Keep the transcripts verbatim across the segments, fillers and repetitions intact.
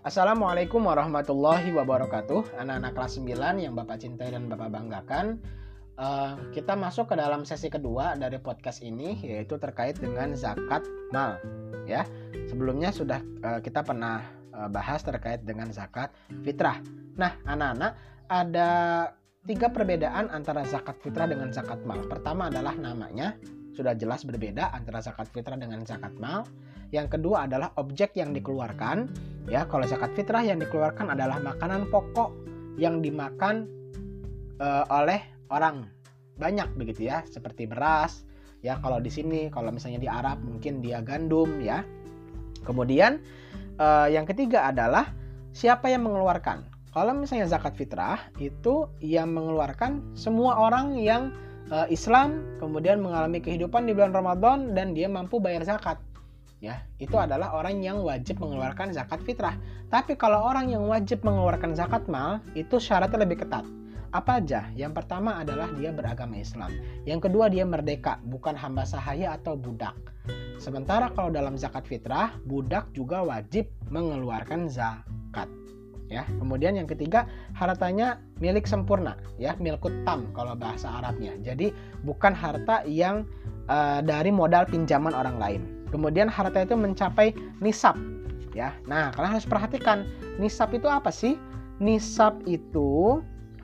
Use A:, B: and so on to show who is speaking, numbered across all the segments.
A: Assalamualaikum warahmatullahi wabarakatuh. Anak-anak kelas sembilan yang Bapak cintai dan Bapak banggakan, uh, kita masuk ke dalam sesi kedua dari podcast ini, yaitu terkait dengan zakat mal. Ya, sebelumnya sudah uh, kita pernah uh, bahas terkait dengan zakat fitrah. Nah, anak-anak, ada tiga perbedaan antara zakat fitrah dengan zakat mal. Pertama adalah namanya, sudah jelas berbeda antara zakat fitrah dengan zakat mal. Yang kedua adalah objek yang dikeluarkan. Ya, kalau zakat fitrah yang dikeluarkan adalah makanan pokok yang dimakan e, oleh orang banyak begitu ya, seperti beras. Ya, kalau di sini, kalau misalnya di Arab mungkin dia gandum ya. Kemudian e, yang ketiga adalah siapa yang mengeluarkan. Kalau misalnya zakat fitrah itu yang mengeluarkan semua orang yang e, Islam kemudian mengalami kehidupan di bulan Ramadan dan dia mampu bayar zakat. Ya, itu adalah orang yang wajib mengeluarkan zakat fitrah. Tapi kalau orang yang wajib mengeluarkan zakat mal, itu syaratnya lebih ketat. Apa aja? Yang pertama adalah dia beragama Islam. Yang kedua dia merdeka, bukan hamba sahaya atau budak. Sementara kalau dalam zakat fitrah, budak juga wajib mengeluarkan zakat. Ya, kemudian yang ketiga, hartanya milik sempurna, ya, milkut tam kalau bahasa Arabnya. Jadi bukan harta yang uh, dari modal pinjaman orang lain. Kemudian harta itu mencapai nisab, ya. Nah, kalian harus perhatikan, nisab itu apa sih? Nisab itu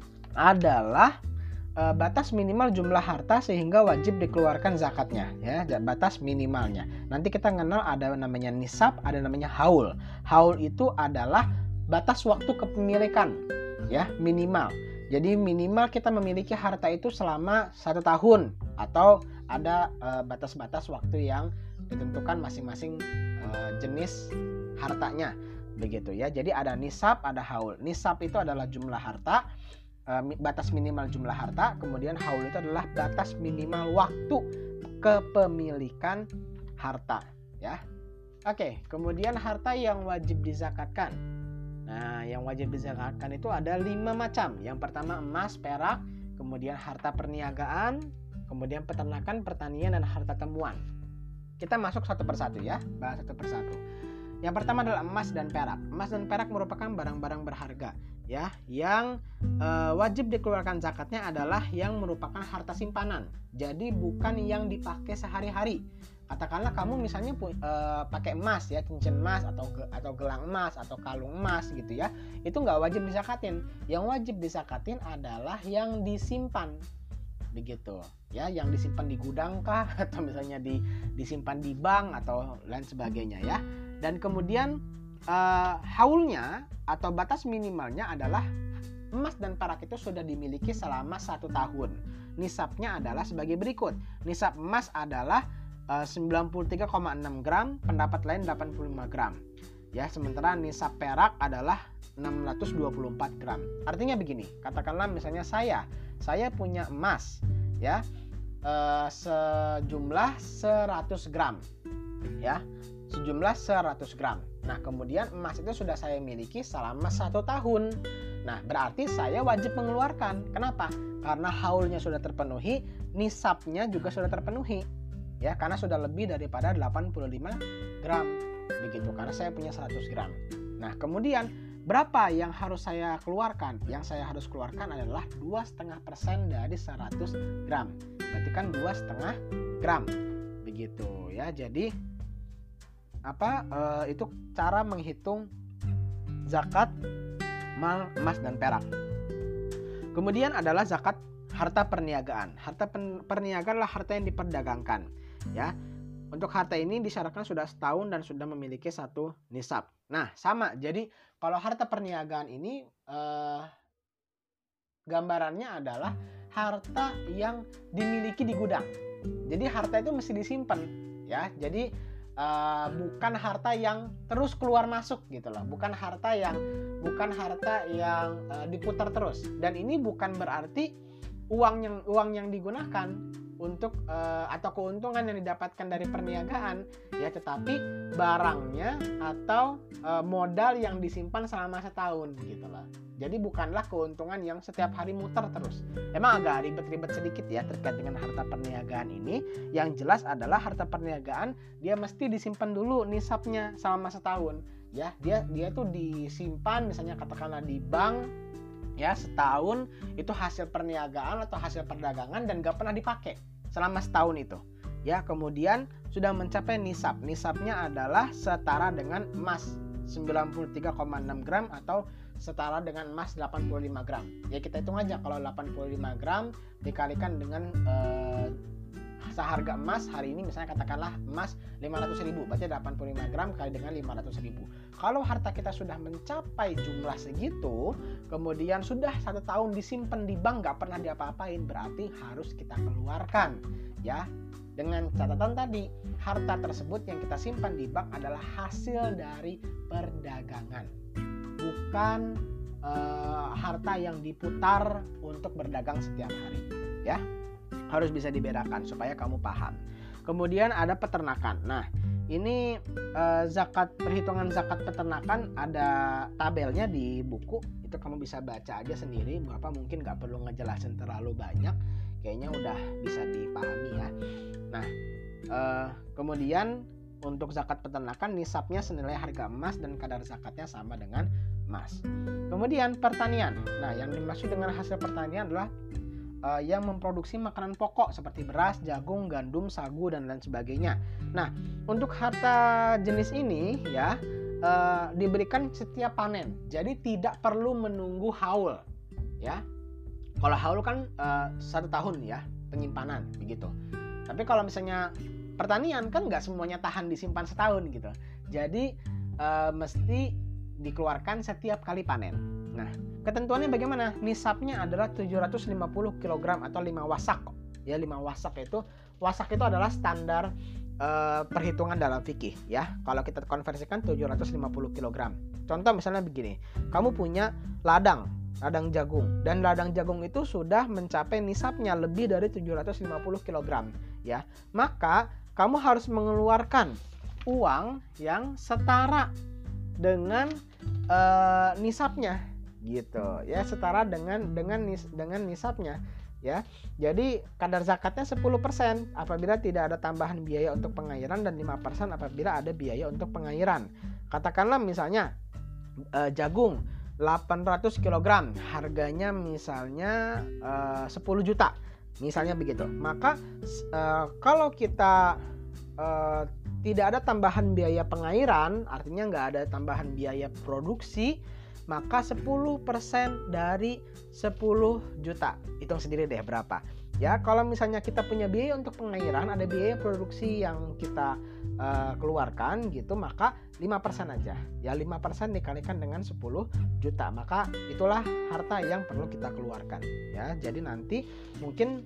A: adalah e, batas minimal jumlah harta sehingga wajib dikeluarkan zakatnya, ya. Batas minimalnya. Nanti kita kenal ada namanya nisab, ada namanya haul. Haul itu adalah batas waktu kepemilikan, ya, minimal. Jadi minimal kita memiliki harta itu selama satu tahun atau ada e, batas-batas waktu yang ditentukan masing-masing uh, jenis hartanya begitu ya. Jadi ada nisab, ada haul. Nisab itu adalah jumlah harta, uh, batas minimal jumlah harta. Kemudian haul itu adalah batas minimal waktu kepemilikan harta ya. Oke, kemudian harta yang wajib dizakatkan. Nah, yang wajib dizakatkan itu ada lima macam. Yang pertama emas, perak, kemudian harta perniagaan, kemudian peternakan, pertanian, dan harta temuan. Kita masuk satu persatu ya, bahas satu persatu. Yang pertama adalah emas dan perak. Emas dan perak merupakan barang-barang berharga ya, yang e, wajib dikeluarkan zakatnya adalah yang merupakan harta simpanan. Jadi bukan yang dipakai sehari-hari. Katakanlah kamu misalnya e, pakai emas ya, cincin emas atau atau gelang emas atau kalung emas gitu ya. Itu nggak wajib disakatin. Yang wajib disakatin adalah yang disimpan. Begitu ya, yang disimpan di gudang kah atau misalnya di disimpan di bank atau lain sebagainya ya. Dan kemudian uh, haulnya atau batas minimalnya adalah emas dan perak itu sudah dimiliki selama satu tahun. Nisabnya adalah sebagai berikut. Nisab emas adalah uh, sembilan puluh tiga koma enam gram, pendapat lain delapan puluh lima gram. Ya, sementara nisab perak adalah enam ratus dua puluh empat gram. Artinya begini, katakanlah misalnya saya saya punya emas ya eh, sejumlah seratus gram ya, sejumlah seratus gram. Nah, kemudian emas itu sudah saya miliki selama satu tahun. Nah, berarti saya wajib mengeluarkan. Kenapa? Karena haulnya sudah terpenuhi, nisabnya juga sudah terpenuhi ya, karena sudah lebih daripada delapan puluh lima gram begitu, karena saya punya seratus gram. Nah, kemudian berapa yang harus saya keluarkan? Yang saya harus keluarkan adalah dua koma lima persen dari seratus gram. Berarti kan dua koma lima gram. Begitu ya. Jadi apa e, itu cara menghitung zakat mal, emas dan perak. Kemudian adalah zakat harta perniagaan. Harta perniagaan adalah harta yang diperdagangkan ya. Untuk harta ini disyaratkan sudah setahun dan sudah memiliki satu nisab. Nah, sama. Jadi kalau harta perniagaan ini eh, gambarannya adalah harta yang dimiliki di gudang. Jadi harta itu mesti disimpan, ya. Jadi eh, bukan harta yang terus keluar masuk gitu loh. Bukan harta yang bukan harta yang eh, diputar terus. Dan ini bukan berarti uang yang uang yang digunakan untuk uh, atau keuntungan yang didapatkan dari perniagaan ya, tetapi barangnya atau uh, modal yang disimpan selama setahun gitu loh. Jadi bukanlah keuntungan yang setiap hari muter terus. Emang agak ribet-ribet sedikit ya terkait dengan harta perniagaan ini. Yang jelas adalah harta perniagaan dia mesti disimpan dulu nisabnya selama setahun. ya. Dia dia tuh disimpan misalnya katakanlah di bank ya setahun, itu hasil perniagaan atau hasil perdagangan dan gak pernah dipakai selama setahun itu ya. Kemudian sudah mencapai nisab. Nisabnya adalah setara dengan emas sembilan puluh tiga koma enam gram atau setara dengan emas delapan puluh lima gram. Ya kita hitung aja, kalau delapan puluh lima gram dikalikan dengan eh, seharga emas hari ini misalnya katakanlah emas lima ratus ribu, berarti delapan puluh lima gram kali dengan lima ratus ribu. Kalau harta kita sudah mencapai jumlah segitu, kemudian sudah satu tahun disimpan di bank gak pernah diapa-apain, berarti harus kita keluarkan ya. Dengan catatan tadi, harta tersebut yang kita simpan di bank adalah hasil dari perdagangan, bukan uh, harta yang diputar untuk berdagang setiap hari ya. Harus bisa dibedakan supaya kamu paham. Kemudian ada peternakan. Nah, ini uh, zakat, perhitungan zakat peternakan ada tabelnya di buku, itu kamu bisa baca aja sendiri. Bapak mungkin gak perlu ngejelasin terlalu banyak, kayaknya udah bisa dipahami ya. Nah, uh, kemudian untuk zakat peternakan nisabnya senilai harga emas dan kadar zakatnya sama dengan emas. Kemudian pertanian. Nah, yang dimaksud dengan hasil pertanian adalah uh, yang memproduksi makanan pokok seperti beras, jagung, gandum, sagu dan lain sebagainya. Nah, untuk harta jenis ini ya uh, diberikan setiap panen. Jadi tidak perlu menunggu haul ya. Kalau haul kan uh, satu tahun ya penyimpanan begitu. Tapi kalau misalnya pertanian kan nggak semuanya tahan disimpan setahun gitu. Jadi e, mesti dikeluarkan setiap kali panen. Nah, ketentuannya bagaimana? Nisabnya adalah tujuh ratus lima puluh kilogram atau lima wasak. Ya, lima wasak itu, wasak itu adalah standar e, perhitungan dalam fikih ya. Kalau kita konversikan tujuh ratus lima puluh kilogram. Contoh misalnya begini, kamu punya ladang ladang jagung, dan ladang jagung itu sudah mencapai nisabnya lebih dari tujuh ratus lima puluh kilogram ya, maka kamu harus mengeluarkan uang yang setara dengan uh, nisabnya gitu ya, setara dengan dengan nis, dengan nisabnya ya. Jadi kadar zakatnya sepuluh persen apabila tidak ada tambahan biaya untuk pengairan dan lima persen apabila ada biaya untuk pengairan. Katakanlah misalnya uh, jagung delapan ratus kilogram, harganya misalnya uh, sepuluh juta, misalnya begitu. Maka uh, kalau kita uh, tidak ada tambahan biaya pengairan, artinya nggak ada tambahan biaya produksi, maka sepuluh persen dari sepuluh juta. Hitung sendiri deh berapa. Ya, kalau misalnya kita punya biaya untuk pengairan, ada biaya produksi yang kita uh, keluarkan gitu, maka lima persen aja. Ya, lima persen dikalikan dengan sepuluh juta. Maka itulah harta yang perlu kita keluarkan. Ya, jadi nanti mungkin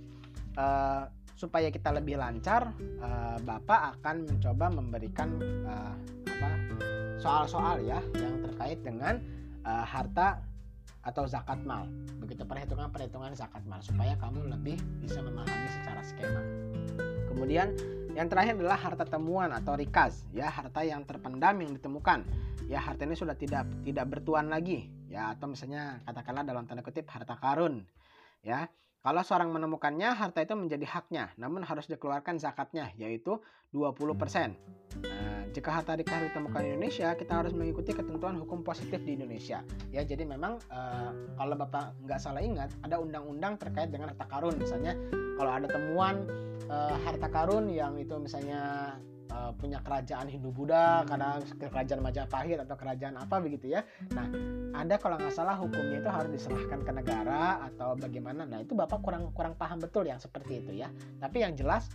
A: uh, supaya kita lebih lancar, uh, Bapak akan mencoba memberikan uh, apa soal-soal ya yang terkait dengan uh, harta atau zakat mal, begitu perhitungan-perhitungan zakat mal, supaya kamu lebih bisa memahami secara skema. Kemudian yang terakhir adalah harta temuan atau rikaz, ya, harta yang terpendam yang ditemukan. Ya, harta ini sudah tidak tidak bertuan lagi, ya, atau misalnya katakanlah dalam tanda kutip harta karun, ya. Kalau seorang menemukannya, harta itu menjadi haknya, namun harus dikeluarkan zakatnya, yaitu dua puluh persen. Nah, jika harta rikaz ditemukan di Indonesia, kita harus mengikuti ketentuan hukum positif di Indonesia. Ya, jadi memang uh, kalau Bapak nggak salah ingat, ada undang-undang terkait dengan harta karun. Misalnya, kalau ada temuan uh, harta karun yang itu misalnya uh, punya kerajaan Hindu-Buddha, karena kerajaan Majapahit atau kerajaan apa begitu ya. Nah, ada kalau nggak salah hukumnya itu harus diserahkan ke negara atau bagaimana. Nah, itu Bapak kurang kurang paham betul yang seperti itu ya. Tapi yang jelas,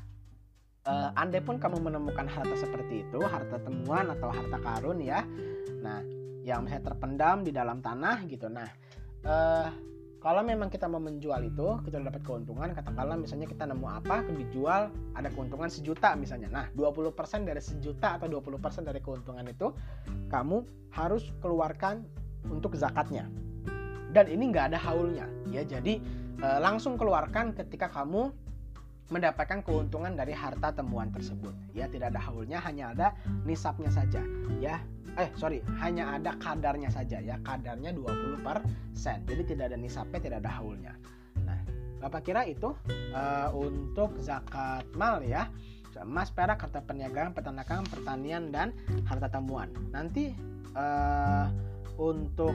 A: uh, andai pun kamu menemukan harta seperti itu, harta temuan atau harta karun ya, nah yang misalnya terpendam di dalam tanah gitu. Nah, uh, kalau memang kita mau menjual itu, kita dapat keuntungan, katakanlah misalnya kita nemu apa, dijual ada keuntungan sejuta misalnya. Nah, dua puluh persen dari sejuta atau dua puluh persen dari keuntungan itu kamu harus keluarkan untuk zakatnya. Dan ini nggak ada haulnya ya. Jadi e, langsung keluarkan ketika kamu mendapatkan keuntungan dari harta temuan tersebut. Ya, tidak ada haulnya, hanya ada nisabnya saja ya. Eh sorry, hanya ada kadarnya saja ya, kadarnya dua puluh persen. Jadi tidak ada nisabnya, tidak ada haulnya. Nah, Bapak kira itu uh, untuk zakat mal ya, emas, perak, harta perniagaan, peternakan, pertanian, dan harta temuan. Nanti uh, untuk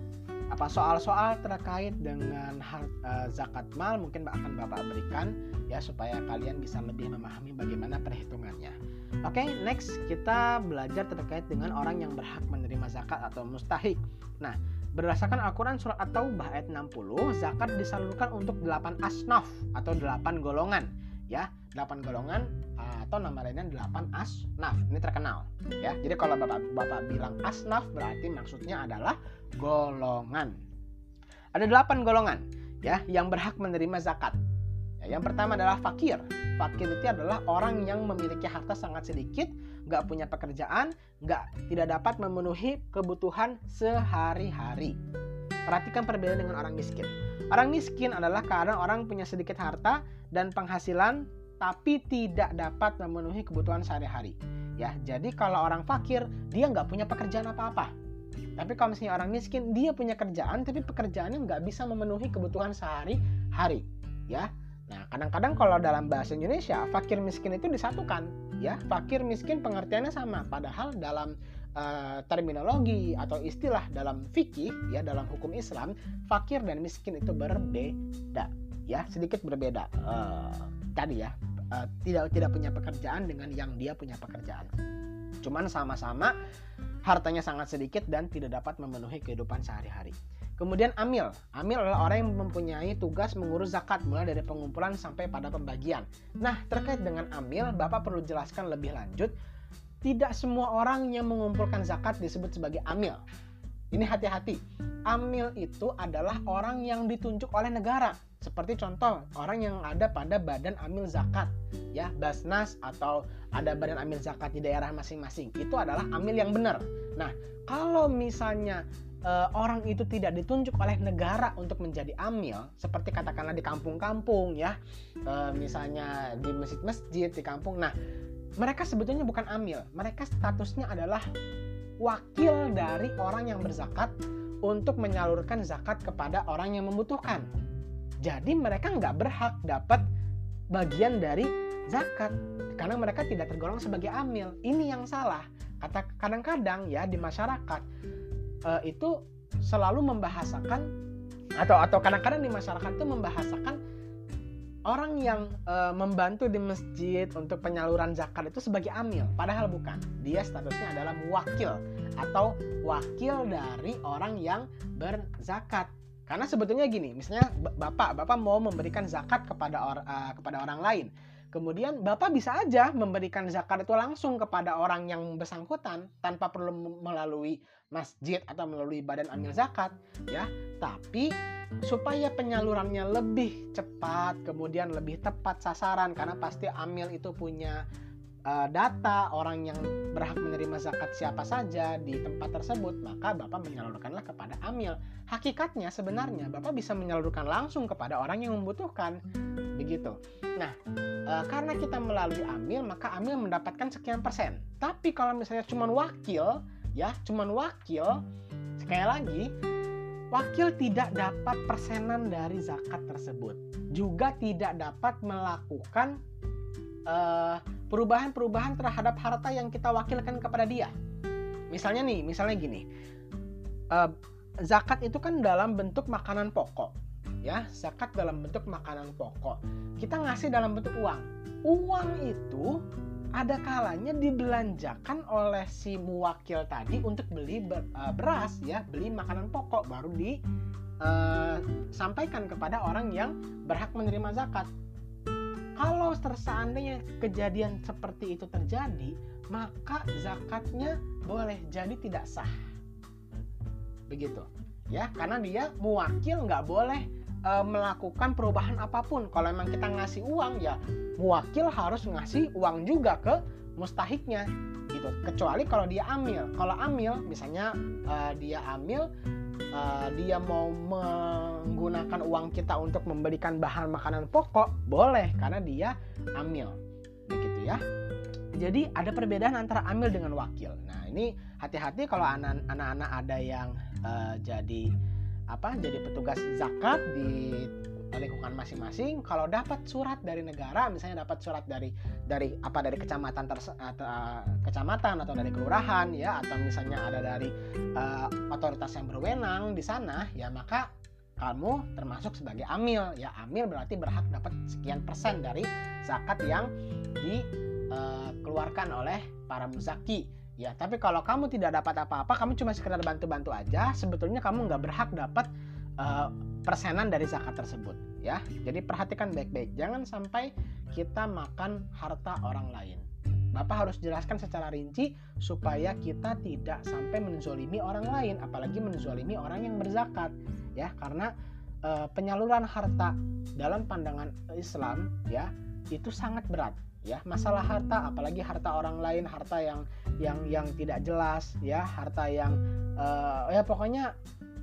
A: apa soal-soal terkait dengan uh, zakat mal mungkin akan Bapak berikan ya supaya kalian bisa lebih memahami bagaimana perhitungannya. Oke, okay, next kita belajar terkait dengan orang yang berhak menerima zakat atau mustahik. Nah, berdasarkan Al-Quran surat At-Taubah ayat enam puluh, zakat disalurkan untuk delapan asnaf atau delapan golongan, ya, delapan golongan atau nama lainnya delapan asnaf. Ini terkenal, ya. Jadi kalau Bapak Bapak bilang asnaf berarti maksudnya adalah golongan. Ada delapan golongan, ya, yang berhak menerima zakat. Ya, yang pertama adalah fakir. Fakir itu adalah orang yang memiliki harta sangat sedikit, nggak punya pekerjaan, nggak tidak dapat memenuhi kebutuhan sehari-hari. Perhatikan perbedaan dengan orang miskin. Orang miskin adalah karena orang punya sedikit harta dan penghasilan, tapi tidak dapat memenuhi kebutuhan sehari-hari. Ya, jadi kalau orang fakir dia nggak punya pekerjaan apa-apa. Tapi kalau misalnya orang miskin dia punya kerjaan, tapi pekerjaannya nggak bisa memenuhi kebutuhan sehari-hari. Ya. Nah, kadang-kadang kalau dalam bahasa Indonesia, fakir miskin itu disatukan, ya. Fakir miskin pengertiannya sama, padahal dalam uh, terminologi atau istilah dalam fikih, ya, dalam hukum Islam, fakir dan miskin itu berbeda, ya, sedikit berbeda. Uh, tadi ya, uh, tidak tidak punya pekerjaan dengan yang dia punya pekerjaan. Cuman sama-sama hartanya sangat sedikit dan tidak dapat memenuhi kehidupan sehari-hari. Kemudian amil. Amil adalah orang yang mempunyai tugas mengurus zakat mulai dari pengumpulan sampai pada pembagian. Nah, terkait dengan amil, Bapak perlu jelaskan lebih lanjut. Tidak semua orang yang mengumpulkan zakat disebut sebagai amil. Ini hati-hati. Amil itu adalah orang yang ditunjuk oleh negara. Seperti contoh, orang yang ada pada badan amil zakat, ya, Basnas atau ada badan amil zakat di daerah masing-masing. Itu adalah amil yang benar. Nah, kalau misalnya Uh, orang itu tidak ditunjuk oleh negara untuk menjadi amil, seperti katakanlah di kampung-kampung, ya, uh, misalnya di masjid-masjid di kampung. Nah, mereka sebetulnya bukan amil, mereka statusnya adalah wakil dari orang yang berzakat untuk menyalurkan zakat kepada orang yang membutuhkan. Jadi mereka nggak berhak dapat bagian dari zakat karena mereka tidak tergolong sebagai amil. Ini yang salah. Kata kadang-kadang ya di masyarakat Uh, itu selalu membahasakan atau atau kadang-kadang di masyarakat itu membahasakan orang yang uh, membantu di masjid untuk penyaluran zakat itu sebagai amil, padahal bukan. Dia statusnya adalah wakil atau wakil dari orang yang berzakat. Karena sebetulnya gini, misalnya bapak bapak mau memberikan zakat kepada or, uh, kepada orang lain. Kemudian Bapak bisa aja memberikan zakat itu langsung kepada orang yang bersangkutan tanpa perlu melalui masjid atau melalui badan amil zakat, ya. Tapi supaya penyalurannya lebih cepat, kemudian lebih tepat sasaran, karena pasti amil itu punya uh, data orang yang berhak menerima zakat siapa saja di tempat tersebut, maka Bapak menyalurkanlah kepada amil. Hakikatnya sebenarnya Bapak bisa menyalurkan langsung kepada orang yang membutuhkan, begitu. Nah, e, karena kita melalui amil, maka amil mendapatkan sekian persen. Tapi kalau misalnya cuma wakil, ya, cuma wakil, sekali lagi, wakil tidak dapat persenan dari zakat tersebut. Juga tidak dapat melakukan e, perubahan-perubahan terhadap harta yang kita wakilkan kepada dia. Misalnya nih, misalnya gini, e, zakat itu kan dalam bentuk makanan pokok. Ya, zakat dalam bentuk makanan pokok. Kita ngasih dalam bentuk uang. Uang itu ada kalanya dibelanjakan oleh si muwakil tadi untuk beli beras, ya, beli makanan pokok, baru disampaikan uh, kepada orang yang berhak menerima zakat. Kalau seandainya kejadian seperti itu terjadi, maka zakatnya boleh jadi tidak sah. Begitu, ya, karena dia muwakil, nggak boleh melakukan perubahan apapun. Kalau memang kita ngasih uang, ya muwakil harus ngasih uang juga ke mustahiknya, gitu. Kecuali kalau dia amil. Kalau amil, misalnya uh, dia amil, uh, dia mau menggunakan uang kita untuk memberikan bahan makanan pokok, boleh karena dia amil, begitu ya. Jadi ada perbedaan antara amil dengan wakil. Nah, ini hati-hati kalau anak-anak ada yang uh, jadi apa jadi petugas zakat di lingkungan masing-masing. Kalau dapat surat dari negara, misalnya dapat surat dari dari apa dari kecamatan terse, atau, uh, kecamatan atau dari kelurahan ya, atau misalnya ada dari uh, otoritas yang berwenang di sana, ya maka kamu termasuk sebagai amil. Ya, amil berarti berhak dapat sekian persen dari zakat yang dikeluarkan uh, oleh para muzaki. Ya, tapi kalau kamu tidak dapat apa-apa, kamu cuma sekedar bantu-bantu aja, sebetulnya kamu nggak berhak dapat uh, persenan dari zakat tersebut. Ya, jadi perhatikan baik-baik, jangan sampai kita makan harta orang lain. Bapak harus jelaskan secara rinci supaya kita tidak sampai menzolimi orang lain, apalagi menzolimi orang yang berzakat. Ya, karena uh, penyaluran harta dalam pandangan Islam ya itu sangat berat. Ya, masalah harta, apalagi harta orang lain, harta yang yang yang tidak jelas, ya, harta yang uh, ya pokoknya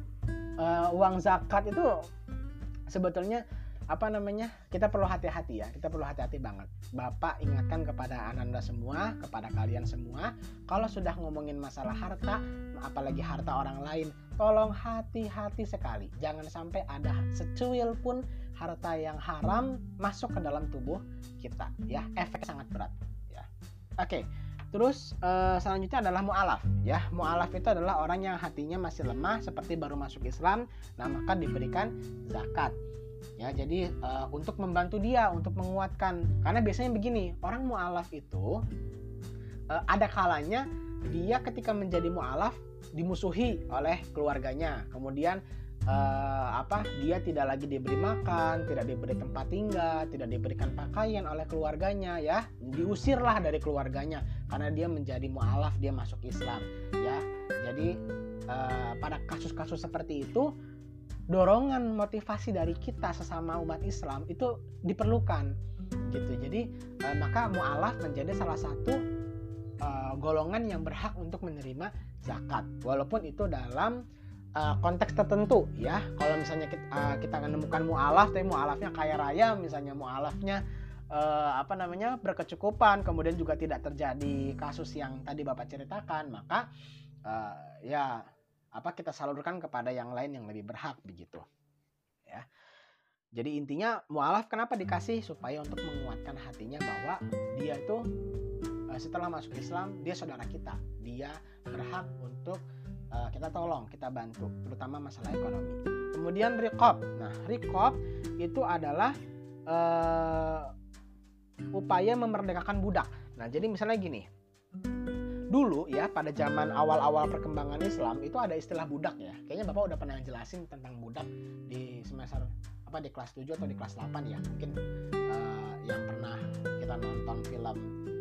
A: uh, uang zakat itu sebetulnya apa namanya, kita perlu hati-hati ya, kita perlu hati-hati banget. Bapak ingatkan kepada ananda semua, kepada kalian semua, kalau sudah ngomongin masalah harta, apalagi harta orang lain, tolong hati-hati sekali, jangan sampai ada secuil pun harta yang haram masuk ke dalam tubuh kita, ya, efek sangat berat, ya. Oke, terus uh, selanjutnya adalah mu'alaf, ya. Mu'alaf itu adalah orang yang hatinya masih lemah, seperti baru masuk Islam, nah maka diberikan zakat. Ya, jadi uh, untuk membantu dia, untuk menguatkan, karena biasanya begini, orang mu'alaf itu uh, ada kalanya dia ketika menjadi mu'alaf dimusuhi oleh keluarganya, kemudian Uh, apa dia tidak lagi diberi makan, tidak diberi tempat tinggal, tidak diberikan pakaian oleh keluarganya, ya, diusirlah dari keluarganya karena dia menjadi mu'alaf, dia masuk Islam, ya. Jadi uh, pada kasus-kasus seperti itu dorongan motivasi dari kita sesama umat Islam itu diperlukan, gitu. Jadi uh, maka mu'alaf menjadi salah satu uh, golongan yang berhak untuk menerima zakat, walaupun itu dalam Uh, konteks tertentu, ya. Kalau misalnya kita, uh, kita menemukan mu'alaf, tapi mu'alafnya kaya raya, misalnya mu'alafnya uh, apa namanya berkecukupan, kemudian juga tidak terjadi kasus yang tadi Bapak ceritakan, maka uh, ya apa kita salurkan kepada yang lain yang lebih berhak, begitu, ya. Jadi intinya mu'alaf kenapa dikasih, supaya untuk menguatkan hatinya bahwa dia itu uh, setelah masuk Islam dia saudara kita, dia berhak untuk Uh, kita tolong, kita bantu, terutama masalah ekonomi. Kemudian riqab. Nah, riqab itu adalah uh, upaya memerdekakan budak. Nah, jadi misalnya gini. Dulu ya, pada zaman awal-awal perkembangan Islam itu ada istilah budak, ya. Kayaknya Bapak udah pernah jelasin tentang budak di semester apa di kelas tujuh atau di kelas delapan ya. Mungkin uh, yang pernah kita nonton film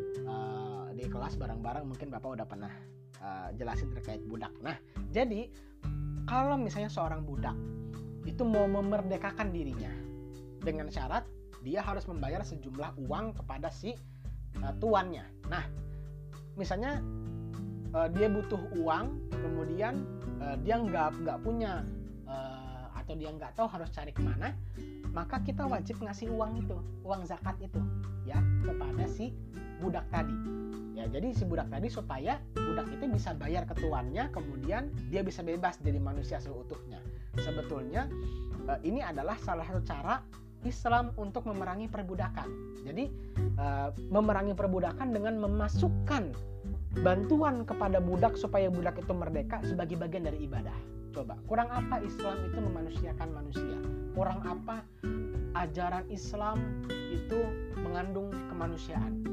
A: uh, di kelas bareng-bareng, mungkin Bapak udah pernah Uh, jelasin terkait budak. Nah, jadi kalau misalnya seorang budak itu mau memerdekakan dirinya dengan syarat dia harus membayar sejumlah uang kepada si uh, tuannya. Nah, misalnya uh, dia butuh uang, kemudian uh, dia nggak nggak punya uh, atau dia nggak tahu harus cari kemana, maka kita wajib ngasih uang itu, uang zakat itu, ya, kepada si budak tadi. Ya, jadi si budak tadi supaya budak itu bisa bayar ke tuannya, kemudian dia bisa bebas jadi manusia seutuhnya. Sebetulnya eh, ini adalah salah satu cara Islam untuk memerangi perbudakan. Jadi eh, memerangi perbudakan dengan memasukkan bantuan kepada budak supaya budak itu merdeka sebagai bagian dari ibadah. Coba, kurang apa Islam itu memanusiakan manusia? Kurang apa ajaran Islam itu mengandung kemanusiaan?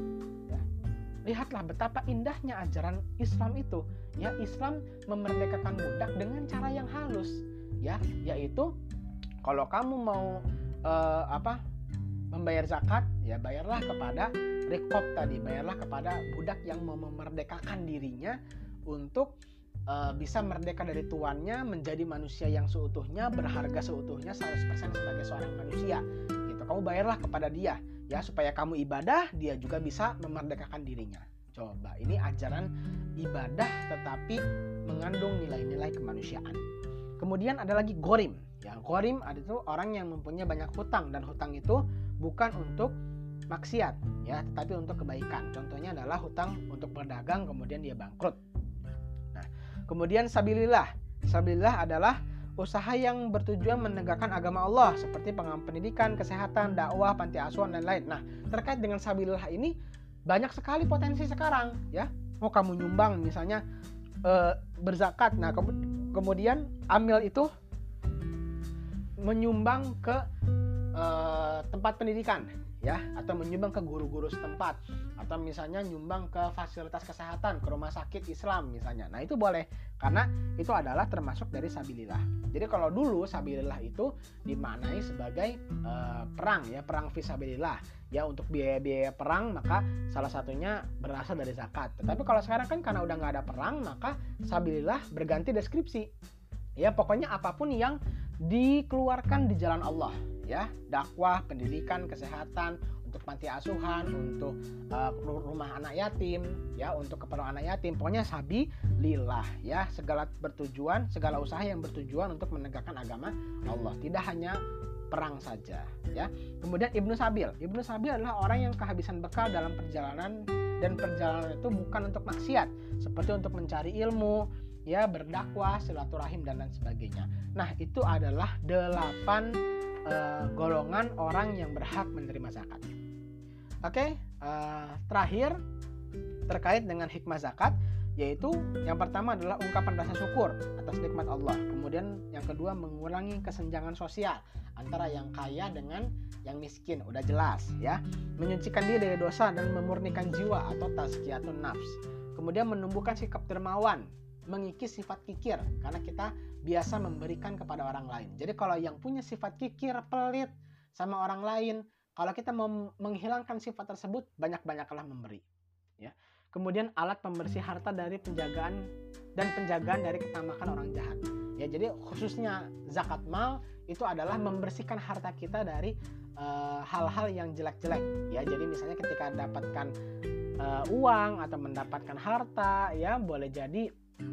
A: Lihatlah betapa indahnya ajaran Islam itu, ya. Islam memerdekakan budak dengan cara yang halus, ya, yaitu kalau kamu mau uh, apa membayar zakat, ya bayarlah kepada riqab tadi, bayarlah kepada budak yang mau memerdekakan dirinya untuk uh, bisa merdeka dari tuannya, menjadi manusia yang seutuhnya, berharga seutuhnya seratus persen sebagai seorang manusia, gitu. Kamu bayarlah kepada dia, ya, supaya kamu ibadah, dia juga bisa memerdekakan dirinya. Coba, ini ajaran ibadah tetapi mengandung nilai-nilai kemanusiaan. Kemudian ada lagi ghorim. Ya, ghorim ada itu orang yang mempunyai banyak hutang, dan hutang itu bukan untuk maksiat, ya, tetapi untuk kebaikan. Contohnya adalah hutang untuk berdagang kemudian dia bangkrut. Nah, kemudian sabilillah. Sabilillah adalah usaha yang bertujuan menegakkan agama Allah seperti pendidikan, kesehatan, dakwah, panti asuhan dan lain. Nah, terkait dengan sabilillah ini banyak sekali potensi sekarang, ya. Oh, kamu nyumbang misalnya e, berzakat. Nah, ke- kemudian ambil itu menyumbang ke e, tempat pendidikan, ya, atau menyumbang ke guru-guru setempat, atau misalnya nyumbang ke fasilitas kesehatan, ke rumah sakit Islam misalnya. Nah, itu boleh karena itu adalah termasuk dari sabilillah. Jadi kalau dulu sabilillah itu dimaknai sebagai e, perang, ya, perang fisabilillah, ya, untuk biaya-biaya perang, maka salah satunya berasal dari zakat. Tetapi kalau sekarang kan karena udah nggak ada perang, maka sabilillah berganti deskripsi, ya, pokoknya apapun yang dikeluarkan di jalan Allah, ya, dakwah, pendidikan, kesehatan, untuk panti asuhan, untuk uh, rumah anak yatim, ya, untuk keperluan anak yatim, pokoknya sabilillah, ya, segala bertujuan, segala usaha yang bertujuan untuk menegakkan agama Allah, tidak hanya perang saja, ya. Kemudian Ibnu Sabil, Ibnu Sabil adalah orang yang kehabisan bekal dalam perjalanan, dan perjalanan itu bukan untuk maksiat, seperti untuk mencari ilmu, ya, berdakwah, silaturahim dan lain sebagainya. Nah, itu adalah delapan uh, golongan orang yang berhak menerima zakat. Oke, uh, terakhir terkait dengan hikmah zakat, yaitu yang pertama adalah ungkapan rasa syukur atas nikmat Allah. Kemudian yang kedua, mengurangi kesenjangan sosial antara yang kaya dengan yang miskin, udah jelas, ya. Menyucikan diri dari dosa dan memurnikan jiwa atau tazkiyatun nafs. Kemudian menumbuhkan sikap dermawan, mengikis sifat kikir, karena kita biasa memberikan kepada orang lain. Jadi kalau yang punya sifat kikir, pelit sama orang lain, kalau kita mau menghilangkan sifat tersebut, banyak-banyaklah memberi, ya. Kemudian alat pembersih harta dari penjagaan dan penjagaan dari ketamakan orang jahat, ya. Jadi khususnya zakat mal itu adalah membersihkan harta kita dari uh, hal-hal yang jelek-jelek, ya. Jadi misalnya ketika dapatkan uh, uang atau mendapatkan harta, ya, boleh jadi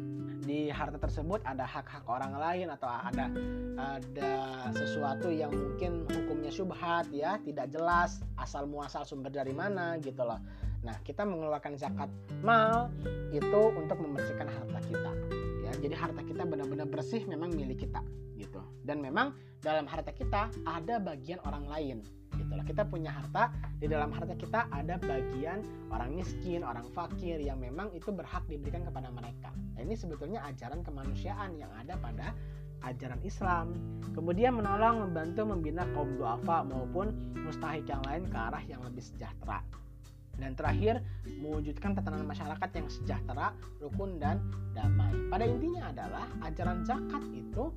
A: di harta tersebut ada hak-hak orang lain atau ada ada sesuatu yang mungkin hukumnya syubhat, ya, tidak jelas asal muasal sumber dari mana gitu loh. Nah, kita mengeluarkan zakat mal itu untuk membersihkan harta kita, ya. Jadi harta kita benar-benar bersih, memang milik kita gitu. Dan memang dalam harta kita ada bagian orang lain gitu loh. Kita punya harta, di dalam harta kita ada bagian orang miskin, orang fakir yang memang itu berhak diberikan kepada mereka. Nah, ini sebetulnya ajaran kemanusiaan yang ada pada ajaran Islam. Kemudian menolong, membantu, membina kaum duafa maupun mustahik yang lain ke arah yang lebih sejahtera. Dan terakhir, mewujudkan tatanan masyarakat yang sejahtera, rukun dan damai. Pada intinya adalah ajaran zakat itu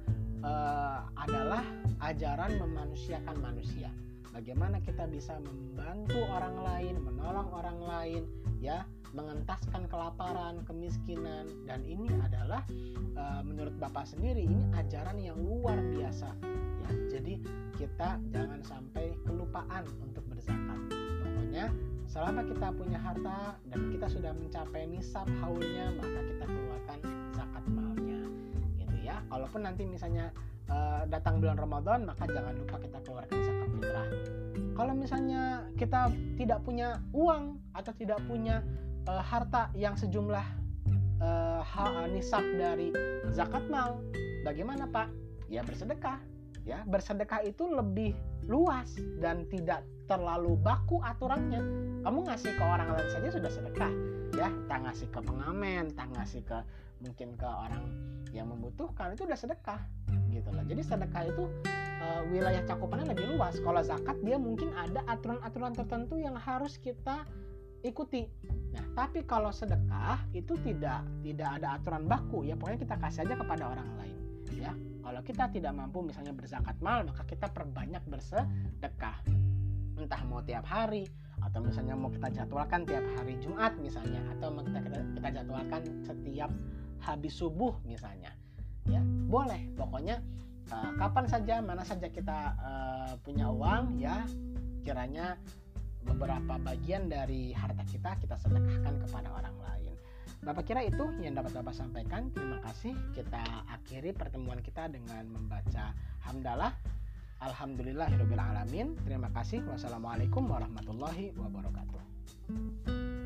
A: uh, adalah ajaran memanusiakan manusia. Bagaimana kita bisa membantu orang lain, menolong orang lain, ya, mengentaskan kelaparan, kemiskinan. Dan ini adalah e, menurut Bapak sendiri ini ajaran yang luar biasa, ya. Jadi kita jangan sampai kelupaan untuk berzakat. Pokoknya selama kita punya harta dan kita sudah mencapai nisab haulnya, maka kita keluarkan zakat malnya, gitu, ya. Kalaupun nanti misalnya e, datang bulan Ramadan, maka jangan lupa kita keluarkan zakat fitrah. Kalau misalnya kita tidak punya uang atau tidak punya e, harta yang sejumlah e, ha, nisab dari zakat mal, bagaimana, Pak? Ya bersedekah, ya. Bersedekah itu lebih luas dan tidak terlalu baku aturannya. Kamu ngasih ke orang lain saja sudah sedekah, ya. Entah ngasih ke pengamen, entah ngasih ke mungkin ke orang yang membutuhkan, itu udah sedekah, gitu loh. Jadi sedekah itu e, wilayah cakupannya lebih luas. Kalau zakat dia mungkin ada aturan-aturan tertentu yang harus kita ikuti. Nah, tapi kalau sedekah itu tidak tidak ada aturan baku, ya. Pokoknya kita kasih aja kepada orang lain, ya. Kalau kita tidak mampu misalnya berzakat mal, maka kita perbanyak bersedekah. Entah mau tiap hari, atau misalnya mau kita jadwalkan tiap hari Jumat misalnya, atau mau kita, kita, kita jadwalkan setiap habis subuh misalnya, ya. Boleh, pokoknya uh, kapan saja, mana saja kita uh, punya uang, ya, kiranya beberapa bagian dari harta kita kita sedekahkan kepada orang lain. Bapak kira itu yang dapat Bapak sampaikan. Terima kasih. Kita akhiri pertemuan kita dengan membaca hamdalah. Alhamdulillahirabbil alamin. Terima kasih. Wassalamualaikum warahmatullahi wabarakatuh.